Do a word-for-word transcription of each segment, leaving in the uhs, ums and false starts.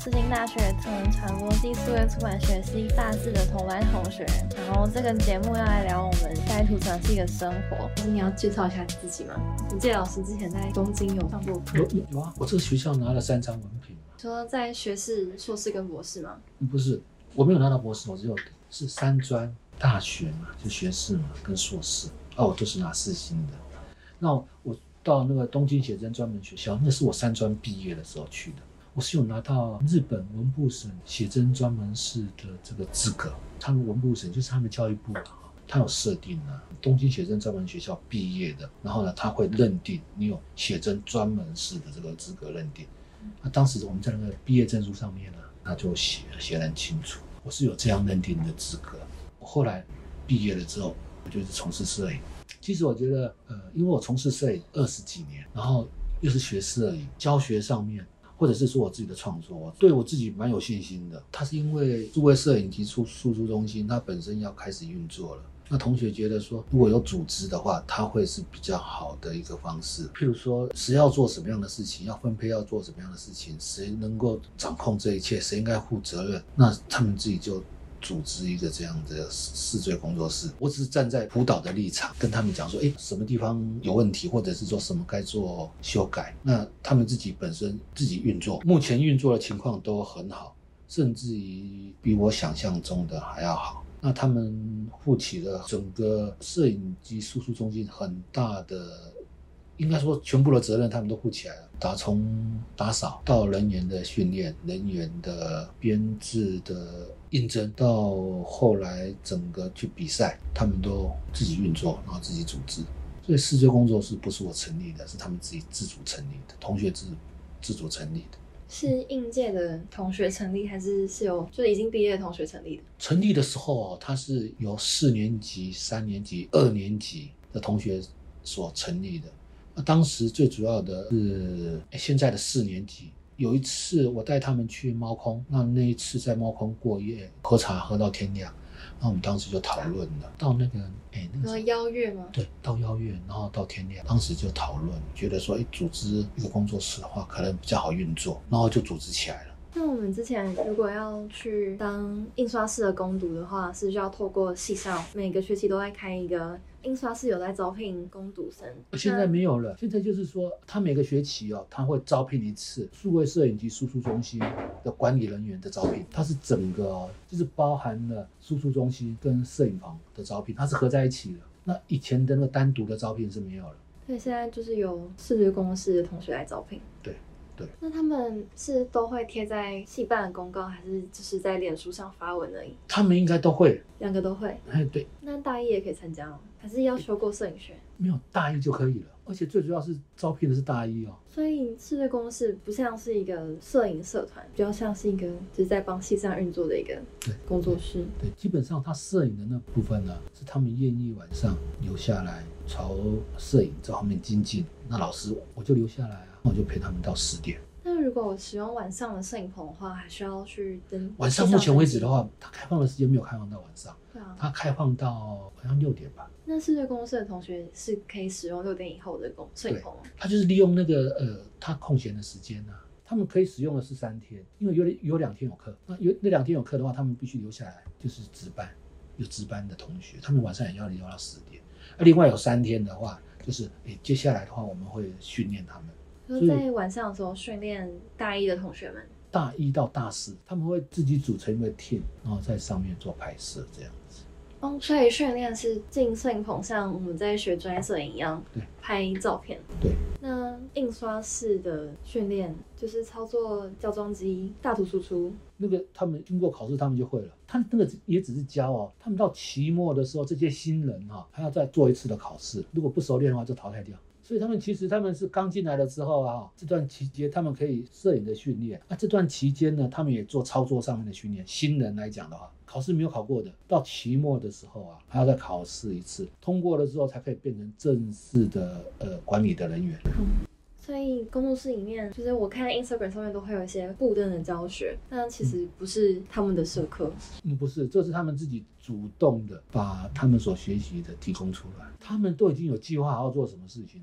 世新大学成人传播系数位出版学系大四的同班同学，然后这个节目要来聊我们在图传系的生活。你要介绍一下你自己吗？我记得老师之前在东京有上过课。 有有啊，我这个学校拿了三张文凭。 说在学士、硕士跟博士吗？ 不是，我没有拿到博士，我只有是三专大学嘛，就学士嘛跟硕士，啊，我都是拿世新的。那我到那个东京写真专门学校，那是我三专毕业的时候去的。我是有拿到日本文部省写真专门室的这个资格，他们文部省就是他们教育部啊，他有设定啊，东京写真专门学校毕业的，然后呢，他会认定你有写真专门室的这个资格认定。那当时我们在那个毕业证书上面呢，他就写写得很清楚，我是有这样认定的资格。我后来毕业了之后，我就是从事摄影。其实我觉得，呃，因为我从事摄影二十几年，然后又是学摄影，教学上面，或者是说我自己的创作，我对我自己蛮有信心的。它是因为数位摄影及输输出中心，它本身要开始运作了。那同学觉得说，如果有组织的话，它会是比较好的一个方式。譬如说，谁要做什么样的事情，要分配要做什么样的事情，谁能够掌控这一切，谁应该负责任，那他们自己就组织一个这样的视觉工作室。我只是站在辅导的立场，跟他们讲说，哎，什么地方有问题，或者是说什么该做修改。那他们自己本身自己运作，目前运作的情况都很好，甚至于比我想象中的还要好。那他们负起了整个摄影机输出中心很大的，应该说全部的责任，他们都负起来了。打从打扫到人员的训练、人员的编制的应征，到后来整个去比赛，他们都自己运作，然后自己组织。所以视觉工作室不是我成立的，是他们自己自主成立的，同学自自主成立的。 是应届的同学成立，还是是由就是已经毕业的同学成立的？ 成立的时候哦，它是由四年级、三年级、二年级的同学所成立的。那当时最主要的是现在的四年级。有一次我带他们去猫空，那那一次在猫空过夜，喝茶喝到天亮。那我们当时就讨论了，到那个哎那个邀月吗？ 对，到邀月，然后到天亮，当时就讨论，觉得说，哎，组织一个工作室的话，可能比较好运作，然后就组织起来了。 那我们之前如果要去当印刷室的工读的话，是需要透过系上每个学期都在开一个印刷室有在招聘工读生。 现在没有了，现在就是说，他每个学期哦，他会招聘一次数位摄影机输出中心的管理人员的招聘，它是整个哦，就是包含了输出中心跟摄影棚的招聘，它是合在一起的。那以前的那个单独的招聘是没有了。 所以现在就是由视觉工作室的同学来招聘。 对。对， 那他们是都会贴在系办的公告，还是只是在脸书上发文而已？ 他们应该都会， 两个都会。 哎，对。 那大一也可以参加吗？还是要修过摄影学？ 没有，大一就可以了。而且最主要是招聘的是大一哦。 所以视觉工作室不像是一个摄影社团，比较像是一个就是在帮系上运作的一个工作室。 对，对，基本上他摄影的那部分呢，是他们愿意晚上留下来朝摄影这方面精进。那老师我就留下来啊。我就陪他们到十点。 那如果我使用晚上的摄影棚的话，还需要去登？ 晚上目前为止的话，它开放的时间没有开放到晚上， 对啊， 它开放到好像六点吧。 那视觉工作室的同学是可以使用六点以后的摄影棚吗？ 他就是利用那个呃他空闲的时间啊，他们可以使用的是三天，因为有有两天有课，那有那两天有课的话，他们必须留下来，就是值班，有值班的同学，他们晚上也要留到十点。那另外有三天的话，就是诶接下来的话，我们会训练他们。 就在晚上的时候训练大一的同学们， 大一到大四，他们会自己组成一个 team， 然后在上面做拍摄这样子。 哦，所以训练是进摄影棚，像我们在学专业摄影一样， 对， 拍照片。 对。 那印刷室的训练就是操作胶装机、大图输出。 那个他们经过考试，他们就会了。他那个也只是教哦，他们到期末的时候，这些新人哈、哦，还要再做一次的考试，如果不熟练的话，就淘汰掉。所以他们其实他们是刚进来的时候啊，这段期间他们可以摄影的训练啊，这段期间呢，他们也做操作上面的训练。新人来讲的话，考试没有考过的，到期末的时候啊，还要再考试一次，通过了之后才可以变成正式的呃管理的人员。 嗯，所以工作室里面，就是我看 Instagram 上面都会有一些布灯的教学，但其实不是他们的社课。 嗯，不是，这是他们自己主动的把他们所学习的提供出来。他们都已经有计划要做什么事情了。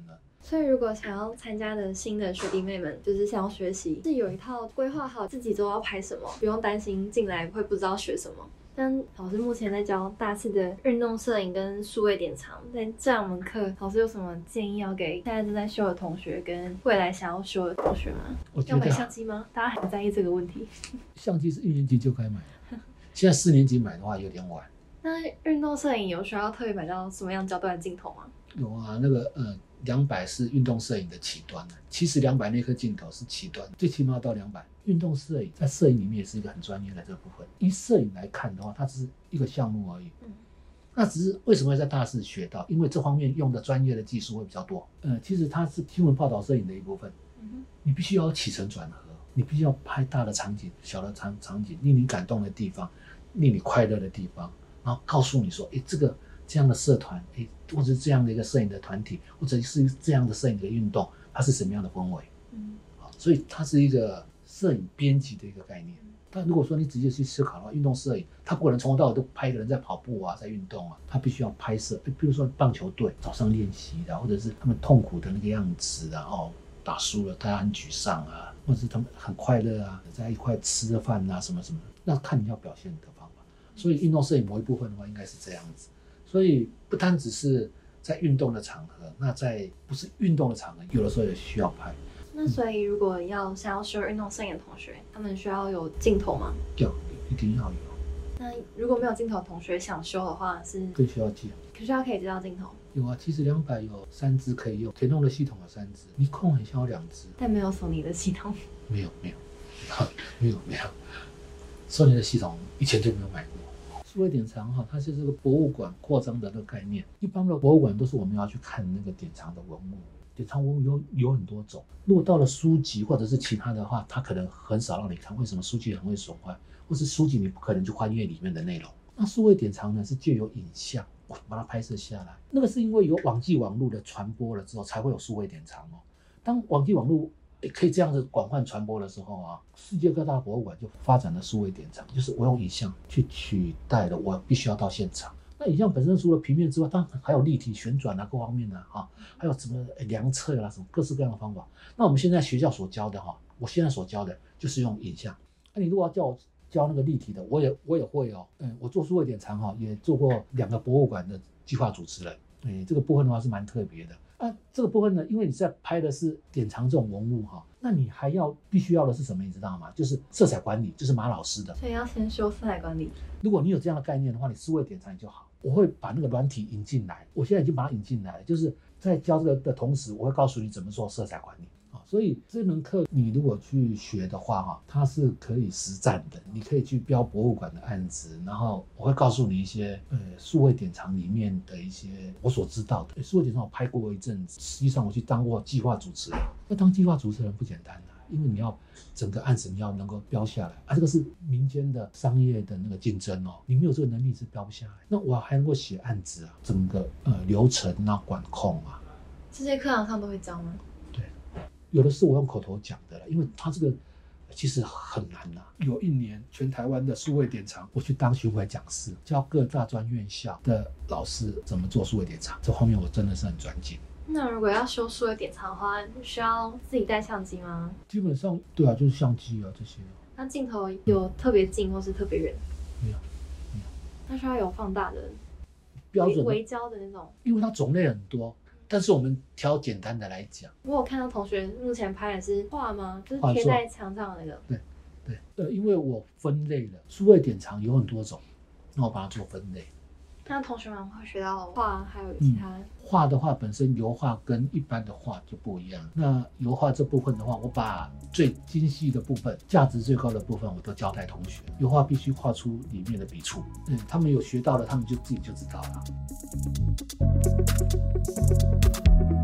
所以如果想要参加的新的学弟妹们，就是想要学习，是有一套规划好自己都要拍什么，不用担心进来会不知道学什么。但老师目前在教大四的运动摄影跟数位典藏，在这两门课，老师有什么建议要给现在正在修的同学跟未来想要修的同学吗？ 我觉得要买相机吗？大家很在意这个问题。 相机是一年级就该买的，现在四年级买的话有点晚。 那运动摄影有需要特别买到什么样焦段的镜头吗？ 有啊，那个呃，两百是运动摄影的起端的，其实两百那颗镜头是起端，最起码要到两百。运动摄影在摄影里面也是一个很专业的这个部分。以摄影来看的话，它只是一个项目而已。嗯，那只是为什么会在大四学到？因为这方面用的专业的技术会比较多。呃，其实它是新闻报道摄影的一部分。嗯，你必须要有起承转合，你必须要拍大的场景、小的场场景，令你感动的地方，令你快乐的地方，然后告诉你说，哎，这个这样的社团，哎，或者是这样的一个摄影的团体，或者是这样的摄影的运动，它是什么样的氛围？嗯，所以它是一个摄影编辑的一个概念。但如果说你直接去思考的话，运动摄影它不可能从头到尾都拍一个人在跑步啊，在运动啊，他必须要拍摄。比如说棒球队早上练习的，或者是他们痛苦的那个样子啊，哦，打输了大家很沮丧啊，或者是他们很快乐啊，在一块吃饭啊，什么什么，那看你要表现的方法。所以运动摄影某一部分的话，应该是这样子。所以不单只是在运动的场合，那在不是运动的场合，有的时候也需要拍。 那所以如果要想要修运动摄影的同学，他们需要有镜头吗？ 有，一定要有。 那如果没有镜头的同学想修的话，是可以需要借。 可是要可以借到镜头？ 有啊，其实两百有三支可以用，田动的系统有三支，尼康很像有两支， 但没有索尼的系统。 没有没有没有没有，索尼的系统以前就没有买过。数位典藏哈，它是这个博物馆扩张的那个概念。一般的博物馆都是我们要去看那个典藏的文物。典藏文物有有很多种，如果到了书籍或者是其他的话，它可能很少让你看。为什么？书籍很会损坏，或是书籍你不可能去翻阅里面的内容。那数位典藏呢，是借由影像把它拍摄下来。那个是因为有网际网络的传播了之后，才会有数位典藏哦。当网际网络可以这样子广泛传播的时候啊，世界各大博物馆就发展了数位典藏，就是我用影像去取代了我必须要到现场。那影像本身除了平面之外，当然还有立体旋转啊，各方面的啊，还有什么量测啊，什么各式各样的方法。那我们现在学校所教的哈，我现在所教的就是用影像。那你如果要叫我教那个立体的，我也我也会哦。嗯，我做数位典藏哈，也做过两个博物馆的计划主持人。哎，这个部分的话是蛮特别的。啊，这个部分呢，因为你在拍的是典藏这种文物哈，那你还要必须要的是什么，你知道吗？就是色彩管理，就是马老师的。 所以要先修色彩管理。如果你有这样的概念的话，你数位典藏就好。我会把那个软体引进来，我现在已经把它引进来了，就是在教这个的同时，我会告诉你怎么做色彩管理啊。所以这门课你如果去学的话哈，它是可以实战的，你可以去标博物馆的案子，然后我会告诉你一些呃数位典藏里面的一些我所知道的。数位典藏我拍过一阵子，实际上我去当过计划主持人，要当计划主持人不简单啊。因为你要整个案子你要能够标下来啊，这个是民间的商业的那个竞争哦，你没有这个能力是标不下来。那我还能够写案子啊，整个呃流程啊管控啊， 这些课堂上都会教吗？ 对，有的是我用口头讲的了，因为他这个其实很难啊。有一年全台湾的数位典藏，我去当巡回讲师，教各大专院校的老师怎么做数位典藏，这方面我真的是很专精。 那如果要修数位典藏的话，需要自己带相机吗？ 基本上对啊，就是相机啊这些。 那镜头有特别近或是特别远？ 没有，没有。 那需要有放大的标准微焦的那种？ 因为它种类很多，但是我们挑简单的来讲。 我有看到同学目前拍的是画吗？就是贴在墙上的那个。 对对，呃，因为我分类了，数位典藏有很多种，那我把它做分类。 那同学们会学到画，还有其他、嗯、 画的话，本身油画跟一般的画就不一样。那油画这部分的话，我把最精细的部分、价值最高的部分，我都交代同学。油画必须画出里面的笔触，嗯，他们有学到了，他们就自己就知道了。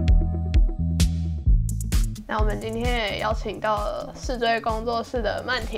那我们今天也邀请到了视锥工作室的曼婷，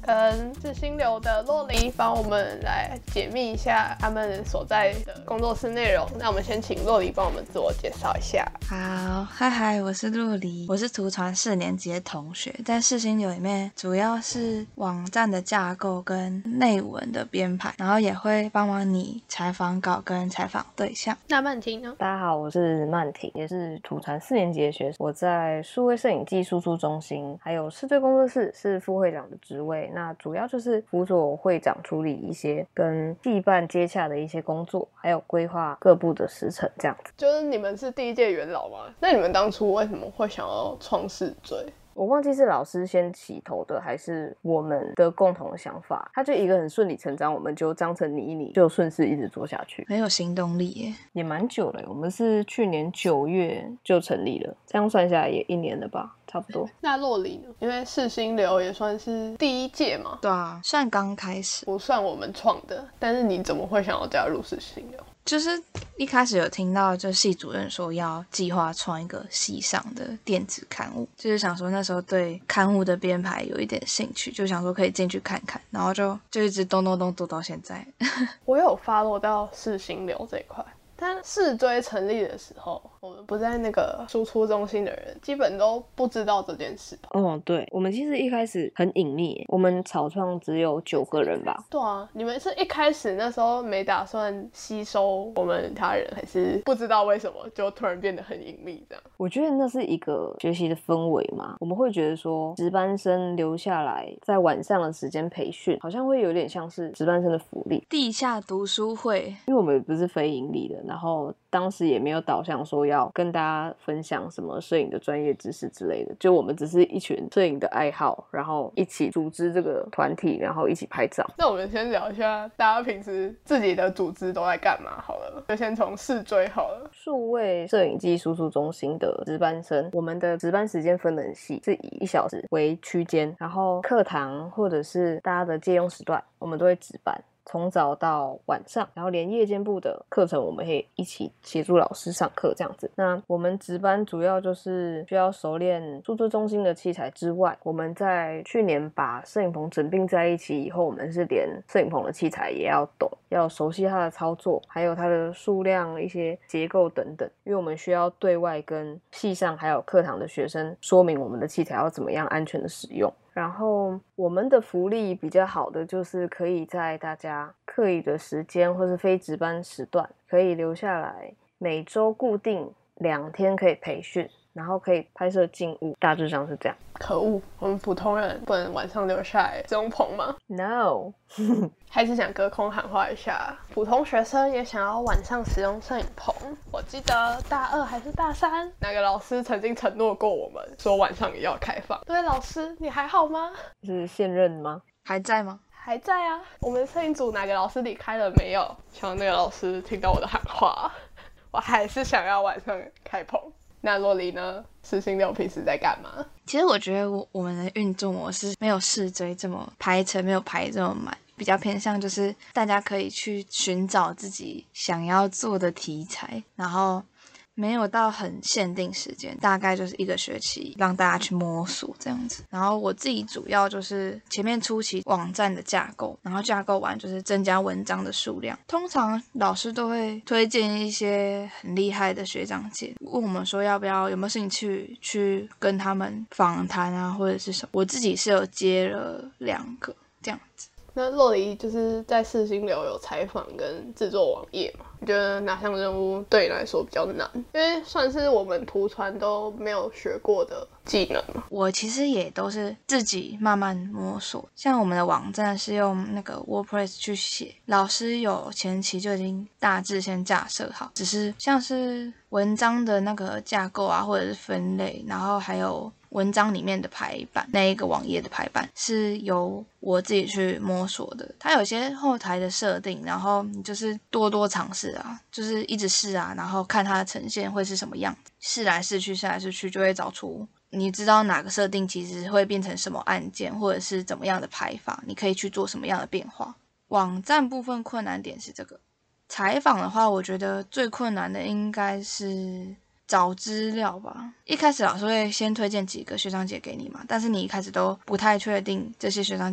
跟致心流的洛黎帮我们来解密一下他们所在的工作室内容。那我们先请洛黎帮我们自我介绍一下。 好，嗨嗨，我是洛黎，我是图传四年级的同学，在致心流里面主要是网站的架构跟内文的编排，然后也会帮忙你采访稿跟采访对象。 那曼婷呢？ 大家好，我是曼婷，也是图传四年级的学生。我在数位摄影技输出中心还有视觉工作室是副会长的职位，那主要就是辅佐会长处理一些跟系办接洽的一些工作，还有规划各部的时程这样子。 就是你们是第一届元老吗？那你们当初为什么会想要创视追？ 我忘记是老师先起头的，还是我们的共同的想法。他就一个很顺理成章，我们就章程拟一拟，就顺势一直做下去， 很有行动力耶， 也蛮久了。我们是去年九月就成立了，这样算下来也一年了吧，差不多。 那洛黎呢？因为致心流也算是第一届嘛， 对啊，算刚开始， 不算我们创的，但是你怎么会想要加入致心流？ 就是一开始有听到就系主任说要计划创一个系上的电子刊物，就是想说那时候对刊物的编排有一点兴趣，就想说可以进去看看，然后就就一直咚咚咚做到现在。 我有follow到致心流这一块，但视追成立的时候，我们不在那个输出中心的人基本都不知道这件事吧。 哦，对，我们其实一开始很隐秘，我们草创只有九个人吧。 对啊，你们是一开始那时候没打算吸收我们他人，还是不知道为什么就突然变得很隐秘这样？ 我觉得那是一个学习的氛围嘛，我们会觉得说值班生留下来在晚上的时间培训，好像会有点像是值班生的福利。 地下读书会， 因为我们不是非盈利的，然后当时也没有导向说要跟大家分享什么摄影的专业知识之类的，就我们只是一群摄影的爱好，然后一起组织这个团体，然后一起拍照。 那我们先聊一下大家平时自己的组织都在干嘛好了，就先从视追好了。 数位摄影技输出中心的值班生，我们的值班时间分得很细，是以一小时为区间，然后课堂或者是大家的借用时段，我们都会值班。从早到晚上，然后连夜间部的课程我们会一起协助老师上课这样子。那我们值班主要就是需要熟练输出中心的器材之外，我们在去年把摄影棚整并在一起以后，我们是连摄影棚的器材也要懂，要熟悉它的操作，还有它的数量、一些结构等等，因为我们需要对外跟系上还有课堂的学生说明我们的器材要怎么样安全的使用。然后我们的福利比较好的就是可以在大家课余的时间或是非值班时段可以留下来，每周固定两天可以培训，然后可以拍摄静物，大致上是这样。 可恶，我们普通人不能晚上留下来这种棚吗？ No 还是想隔空喊话一下，普通学生也想要晚上使用摄影棚。我记得大二还是大三，哪个老师曾经承诺过我们说晚上也要开放。对，老师你还好吗？ 是现任吗？ 还在吗？ 还在啊。我们摄影组哪个老师离开了没有？希望那个老师听到我的喊话。我还是想要晚上开棚。那洛黎呢？致心流平时在干嘛？ 其实我觉得我我们的运作模式没有视追这么排程，没有排这么满，比较偏向就是大家可以去寻找自己想要做的题材，然后没有到很限定时间，大概就是一个学期让大家去摸索这样子。然后我自己主要就是前面初期网站的架构，然后架构完就是增加文章的数量。通常老师都会推荐一些很厉害的学长姐，问我们说要不要有没有兴趣去跟他们访谈啊，或者是什么。我自己是有接了两个这样子。 那洛黎就是在致心流有采访跟制作网页嘛？你觉得哪项任务对你来说比较难？因为算是我们图传都没有学过的技能嘛。 我其实也都是自己慢慢摸索，像我们的网站是用那个 WordPress 去写，老师有前期就已经大致先架设好，只是像是文章的那个架构啊，或者是分类，然后还有文章里面的排版，那一个网页的排版是由我自己去摸索的。它有些后台的设定，然后你就是多多尝试啊，就是一直试啊，然后看它的呈现会是什么样子，试来试去试来试去就会找出你知道哪个设定其实会变成什么按键，或者是怎么样的排法，你可以去做什么样的变化。网站部分困难点是这个。采访的话，我觉得最困难的应该是找资料吧。一开始老师会先推荐几个学长姐给你嘛，但是你一开始都不太确定这些学长姐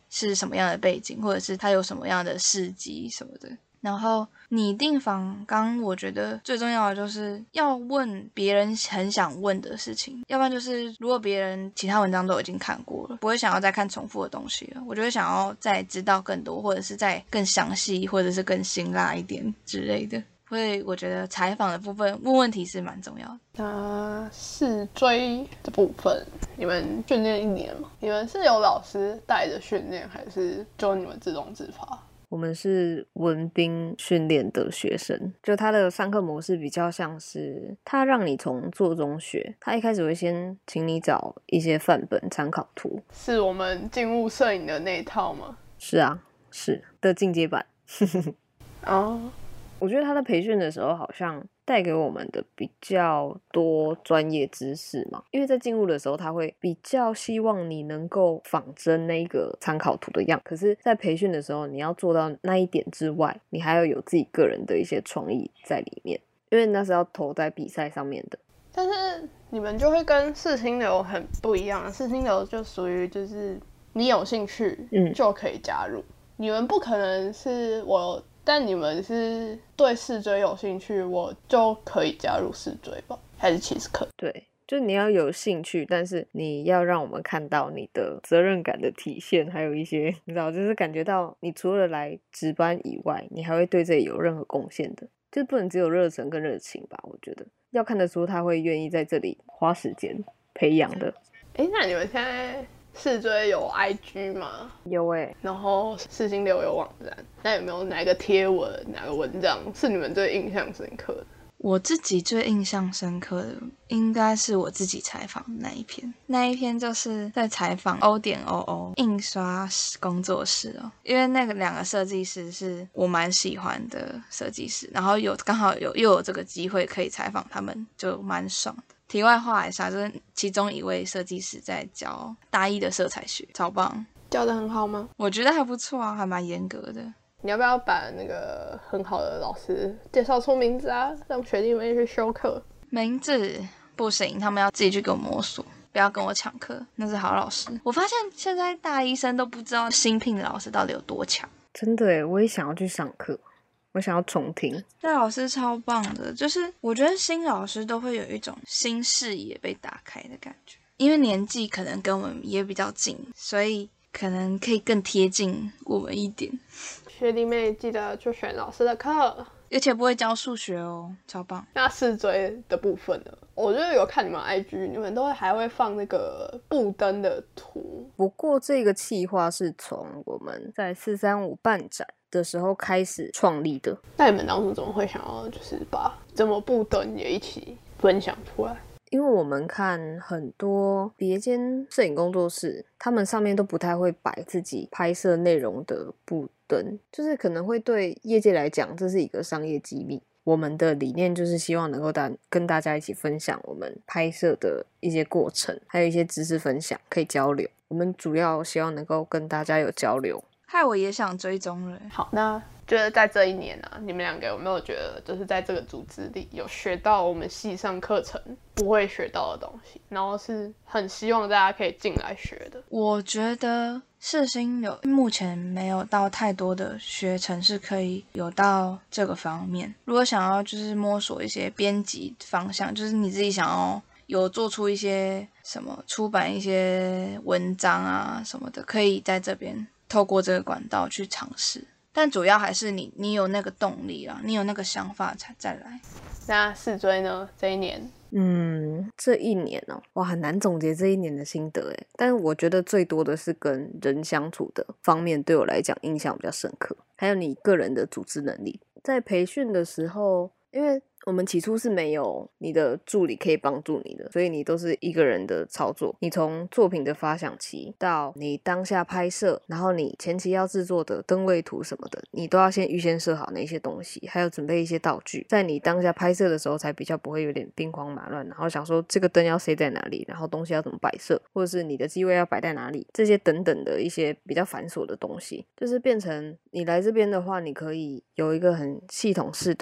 是什么样的背景，或者是他有什么样的事迹什么的。然后拟定访纲，我觉得最重要的就是要问别人很想问的事情，要不然就是如果别人其他文章都已经看过了，不会想要再看重复的东西了，我就会想要再知道更多，或者是再更详细，或者是更辛辣一点之类的。所以我觉得采访的部分问问题是蛮重要的。 那试追的部分，你们训练一年吗？你们是有老师带着训练，还是就你们自动自发？ 我们是文兵训练的学生，就他的上课模式比较像是他让你从做中学，他一开始会先请你找一些范本参考图。 是我们静物摄影的那一套吗？ 是啊，是的进阶版。 哦， 我觉得他在培训的时候好像带给我们的比较多专业知识嘛，因为在进入的时候他会比较希望你能够仿真那个参考图的样，可是在培训的时候你要做到那一点之外，你还要有自己个人的一些创意在里面，因为那是要投在比赛上面的。 但是你们就会跟世青流很不一样，世青流就属于就是你有兴趣就可以加入、嗯、你们不可能是我，但你们是对视锥有兴趣，我就可以加入视锥吧？还是其实可以？ 对，就你要有兴趣，但是你要让我们看到你的责任感的体现，还有一些你知道，就是感觉到你除了来值班以外，你还会对这里有任何贡献的，就不能只有热忱跟热情吧？我觉得要看得出他会愿意在这里花时间培养的。 哎，那你们现在视锥有 I G 吗？ 有欸， 然后世青流有网站，那有没有哪一个贴文、哪个文章是你们最印象深刻的？ 我自己最印象深刻的应该是我自己采访的那一篇，那一篇就是在采访 O 点 O O 印刷工作室哦，因为那个两个设计师是我蛮喜欢的设计师，然后有刚好有又有这个机会可以采访他们，就蛮爽的。题外话一下，就是其中一位设计师在教大一的色彩学，超棒。 教得很好吗？ 我觉得还不错啊，还蛮严格的。 你要不要把那个很好的老师介绍出名字啊，让学弟妹去修课？ 名字不行，他们要自己去给我摸索，不要跟我抢课，那是好老师。我发现现在大一生都不知道新聘的老师到底有多强。 真的耶，我也想要去上课，我想要重听。 这老师超棒的，就是我觉得新老师都会有一种新视野被打开的感觉，因为年纪可能跟我们也比较近，所以可能可以更贴近我们一点。 学弟妹记得去选老师的课， 而且不会教数学哦，超棒。 那视锥的部分呢？我觉得有看你们 I G， 你们都会还会放那个布灯的图。 不过这个企划是从我们在四三五办展的时候开始创立的。 那你们当初怎么会想要就是把这么布灯也一起分享出来？ 因为我们看很多别间摄影工作室，他们上面都不太会摆自己拍摄内容的布灯，就是可能会对业界来讲这是一个商业机密。我们的理念就是希望能够大跟大家一起分享我们拍摄的一些过程，还有一些知识分享，可以交流。我们主要希望能够跟大家有交流。 害我也想追踪了。 好，那就是在这一年啊，你们两个有没有觉得就是在这个组织里有学到我们系上课程不会学到的东西，然后是很希望大家可以进来学的？ 我觉得世新有目前没有到太多的学程是可以有到这个方面。如果想要就是摸索一些编辑方向，就是你自己想要有做出一些什么出版一些文章啊什么的，可以在这边透过这个管道去尝试。但主要还是你你有那个动力啦，你有那个想法才再来。 那视锥呢？这一年， 嗯，这一年哦，哇，很难总结这一年的心得诶。但是我觉得最多的是跟人相处的方面，对我来讲印象比较深刻。还有你个人的组织能力，在培训的时候，因为我们起初是没有你的助理可以帮助你的，所以你都是一个人的操作。你从作品的发想期到你当下拍摄，然后你前期要制作的灯位图什么的，你都要先预先设好那些东西，还有准备一些道具，在你当下拍摄的时候才比较不会有点兵荒马乱，然后想说这个灯要塞在哪里，然后东西要怎么摆设，或者是你的机位要摆在哪里，这些等等的一些比较繁琐的东西，就是变成你来这边的话，你可以有一个很系统式的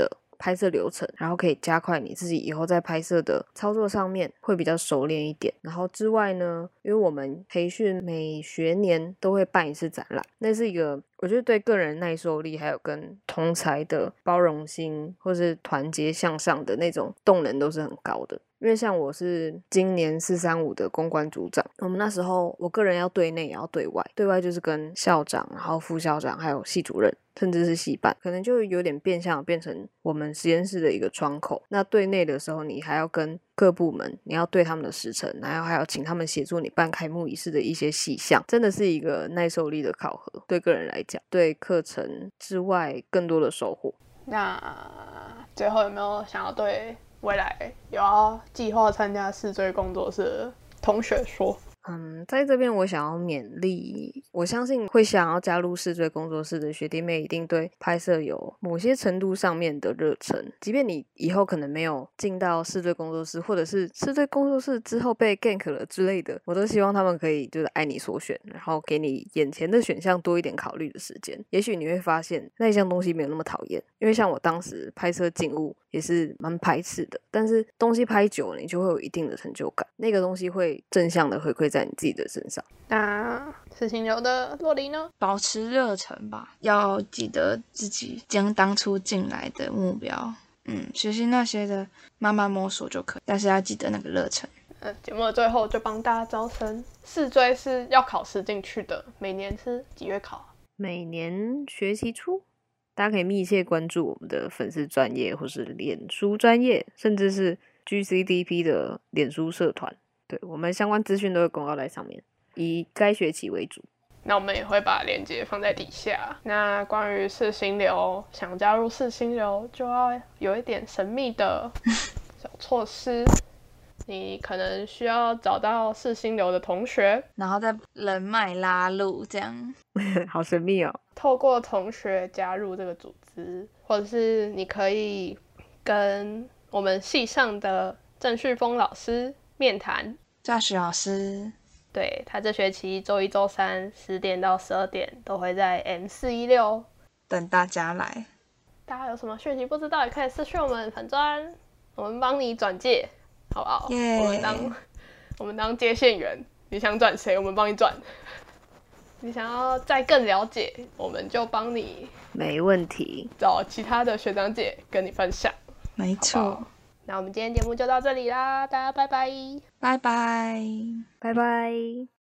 拍摄流程，然后可以加快你自己以后在拍摄的操作上面会比较熟练一点。然后之外呢，因为我们培训每学年都会办一次展览，那是一个我觉得对个人耐受力还有跟同才的包容心或是团结向上的那种动能都是很高的。因为像我是今年四三五的公关组长，我们那时候我个人要对内也要对外，对外就是跟校长然后副校长还有系主任甚至是系办，可能就有点变相变成我们实验室的一个窗口。那对内的时候你还要跟各部门，你要对他们的时程，然后还要请他们协助你办开幕仪式的一些细项，真的是一个耐受力的考核，对个人来讲，对课程之外更多的收获。 那最后有没有想要对未来有要计划参加视追工作室的同学说？ 嗯，在这边我想要勉励，我相信会想要加入视追工作室的学弟妹一定对拍摄有某些程度上面的热忱，即便你以后可能没有进到视追工作室，或者是视追工作室之后被 gank 了之类的，我都希望他们可以就是爱你所选，然后给你眼前的选项多一点考虑的时间。也许你会发现那一项东西没有那么讨厌，因为像我当时拍摄静物也是蛮排斥的，但是东西拍久了你就会有一定的成就感，那个东西会正向的回馈在你自己的身上。 那事情流的洛黎呢？ 保持热忱吧，要记得自己将当初进来的目标，嗯，学习那些的慢慢摸索就可以，但是要记得那个热忱。 嗯，节目的最后就帮大家招生，视追是要考试进去的，每年是几月考？ 每年学期初。大家可以密切关注我们的粉丝专页或是脸书专页，甚至是 G C D P 的脸书社团，对，我们相关资讯都会公告在上面，以该学期为主。 那我们也会把链接放在底下。那关于视心流，想加入视心流就要有一点神秘的小措施，你可能需要找到视心流的同学， 然后再人脉拉路，这样好神秘哦。 透过同学加入这个组织，或者是你可以跟我们系上的郑旭峰老师面谈。 赵许老师， 对，他这学期周一周三十点到十二点都会在 M 四一六等大家来。 大家有什么讯息不知道也可以私讯我们粉专，我们帮你转介，好不好？ Yeah. 我们当我们当接线员，你想转谁我们帮你转，你想要再更了解我们就帮你， 没问题， 找其他的学长姐跟你分享。 没错， 那我们今天节目就到这里啦，大家拜拜， 拜拜， 拜拜。